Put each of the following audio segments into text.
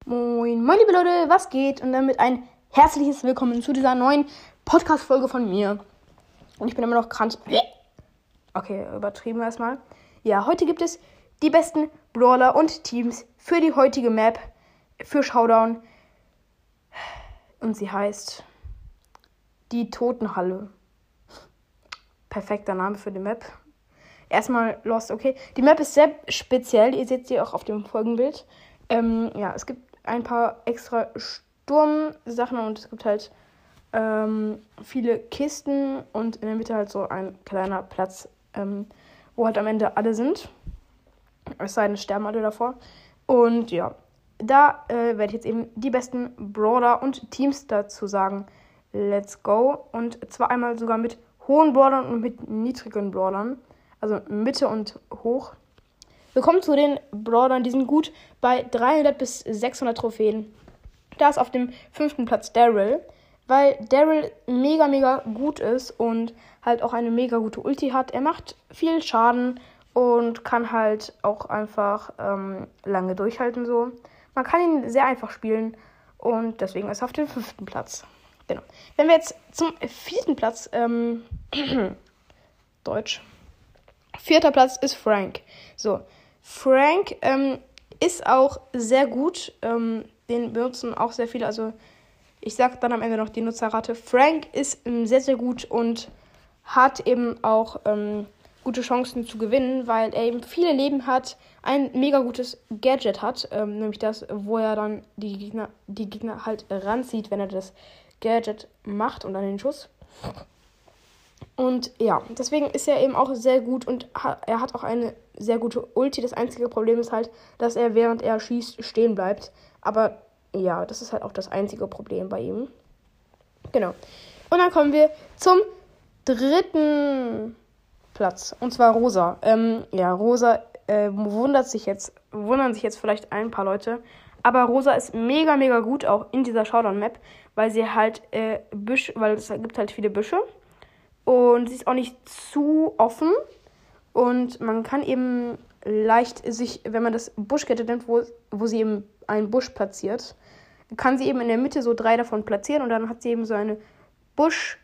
Moin, moin liebe Leute, was geht? Und damit ein herzliches Willkommen zu dieser neuen Podcast-Folge von mir. Und ich bin immer noch krank. Okay, übertrieben erstmal. Ja, heute gibt es die besten Brawler und Teams für die heutige Map, für Showdown. Und sie heißt die Totenhalle. Perfekter Name für die Map. Erstmal Lost, okay. Die Map ist sehr speziell, ihr seht sie auch auf dem Folgenbild. Es gibt ein paar extra Sturmsachen und es gibt halt viele Kisten und in der Mitte halt so ein kleiner Platz, wo halt am Ende alle sind. Es sei denn, es sterben alle davor. Und ja, da werde ich jetzt eben die besten Brawler und Teams dazu sagen. Let's go. Und zwar einmal sogar mit hohen Brawlern und mit niedrigen Brawlern. Also Mitte und hoch. Wir kommen zu den Brawlern, die sind gut bei 300 bis 600 Trophäen. Da ist auf dem 5. Platz Daryl, weil Daryl mega gut ist und halt auch eine mega gute Ulti hat. Er macht viel Schaden und kann halt auch einfach lange durchhalten so. Man kann ihn sehr einfach spielen und deswegen ist er auf dem 5. Platz. Genau. Wenn wir jetzt zum 4. Platz, Deutsch. 4. Platz ist Frank. So, Frank ist auch sehr gut. Den benutzen auch sehr viele. Also ich sage dann am Ende noch die Nutzerrate. Frank ist sehr gut und hat eben auch gute Chancen zu gewinnen, weil er eben viele Leben hat, ein mega gutes Gadget hat, nämlich das, wo er dann die Gegner halt ranzieht, wenn er das Gadget macht und dann den Schuss. Und ja, deswegen ist er eben auch sehr gut und er hat auch eine sehr gute Ulti. Das einzige Problem ist halt, dass er während er schießt stehen bleibt. Aber ja, das ist halt auch das einzige Problem bei ihm. Genau. Und dann kommen wir zum 3. Platz. Und zwar Rosa. Rosa wundern sich jetzt vielleicht ein paar Leute. Aber Rosa ist mega gut auch in dieser Showdown-Map, weil sie halt weil es gibt halt viele Büsche. Und sie ist auch nicht zu offen. Und man kann eben leicht sich, wenn man das Buschkette nimmt, wo sie eben einen Busch platziert, kann sie eben in der Mitte so 3 davon platzieren. Und dann hat sie eben so eine Busch,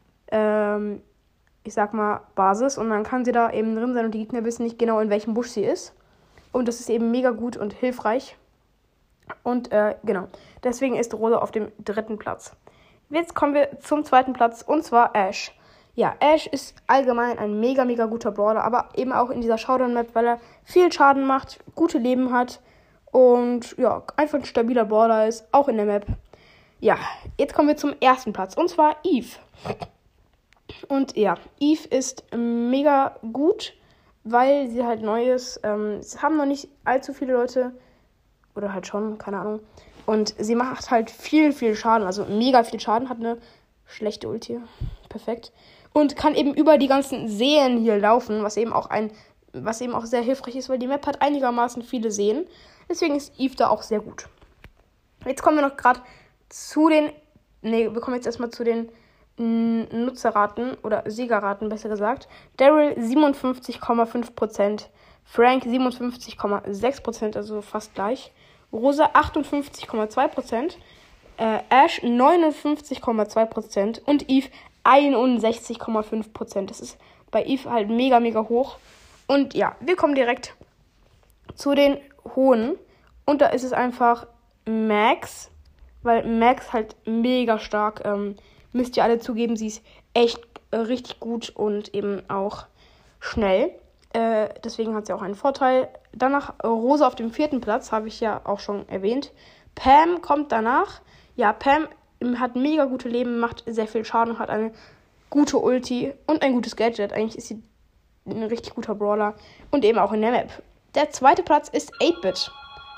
Basis. Und dann kann sie da eben drin sein und die Gegner wissen nicht genau, in welchem Busch sie ist. Und das ist eben mega gut und hilfreich. Und genau, deswegen ist Rosa auf dem 3. Platz. Jetzt kommen wir zum 2. Platz und zwar Ash. Ja, Ash ist allgemein ein mega guter Brawler, aber eben auch in dieser Showdown-Map, weil er viel Schaden macht, gute Leben hat und ja, einfach ein stabiler Brawler ist, auch in der Map. Ja, jetzt kommen wir zum 1. Platz und zwar Eve. Und ja, Eve ist mega gut, weil sie halt neu ist. Es haben noch nicht allzu viele Leute, oder halt schon, keine Ahnung. Und sie macht halt viel Schaden, also mega viel Schaden, hat eine schlechte Ulti. Perfekt. Und kann eben über die ganzen Seen hier laufen, was eben auch sehr hilfreich ist, weil die Map hat einigermaßen viele Seen. Deswegen ist Eve da auch sehr gut. Jetzt kommen wir noch gerade wir kommen jetzt erstmal zu den Nutzerraten oder Siegerraten, besser gesagt. Daryl 57,5%, Frank 57,6%, also fast gleich. Rosa 58,2%, Ash 59,2% und Eve 61,5%. Das ist bei Eve halt mega hoch. Und ja, wir kommen direkt zu den hohen. Und da ist es einfach Max, weil Max halt mega stark, müsst ihr alle zugeben, sie ist echt richtig gut und eben auch schnell. Deswegen hat sie auch einen Vorteil. Danach Rosa auf dem 4. Platz, habe ich ja auch schon erwähnt. Pam kommt danach. Ja, Pam hat mega gute Leben, macht sehr viel Schaden und hat eine gute Ulti und ein gutes Gadget. Eigentlich ist sie ein richtig guter Brawler und eben auch in der Map. Der 2. Platz ist 8-Bit.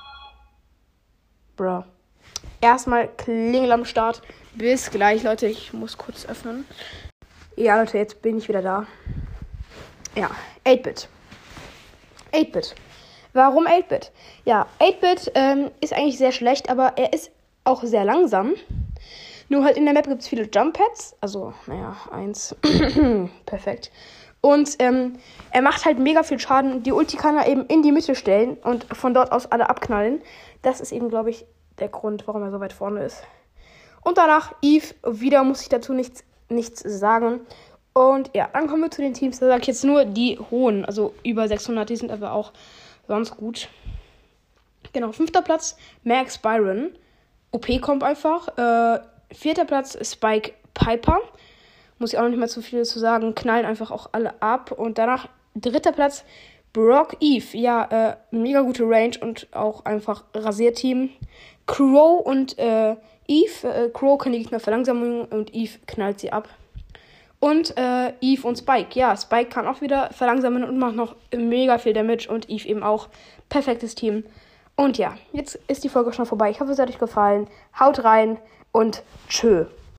Bro. Erstmal Klingel am Start. Bis gleich, Leute. Ich muss kurz öffnen. Ja, Leute, jetzt bin ich wieder da. Ja, 8-Bit. 8-Bit. Warum 8-Bit? Ja, 8-Bit ist eigentlich sehr schlecht, aber er ist auch sehr langsam. Nur halt in der Map gibt es viele Jump Pads. Also, 1. Perfekt. Und er macht halt mega viel Schaden. Die Ulti kann er eben in die Mitte stellen und von dort aus alle abknallen. Das ist eben, glaube ich, der Grund, warum er so weit vorne ist. Und danach Eve. Wieder muss ich dazu nichts sagen. Und ja, dann kommen wir zu den Teams. Da sage ich jetzt nur die hohen. Also über 600. Die sind aber auch sonst gut. Genau, 5. Platz Max Byron. OP-Comp einfach. 4. Platz Spike Piper. Muss ich auch noch nicht mal zu viel zu sagen. Knallen einfach auch alle ab. Und danach 3. Platz Brock Eve. Ja, mega gute Range und auch einfach Rasierteam. Crow und Eve. Crow kann die Gegner verlangsamen und Eve knallt sie ab. Und Eve und Spike. Ja, Spike kann auch wieder verlangsamen und macht noch mega viel Damage. Und Eve eben auch. Perfektes Team. Und ja, jetzt ist die Folge schon vorbei. Ich hoffe, es hat euch gefallen. Haut rein und tschö.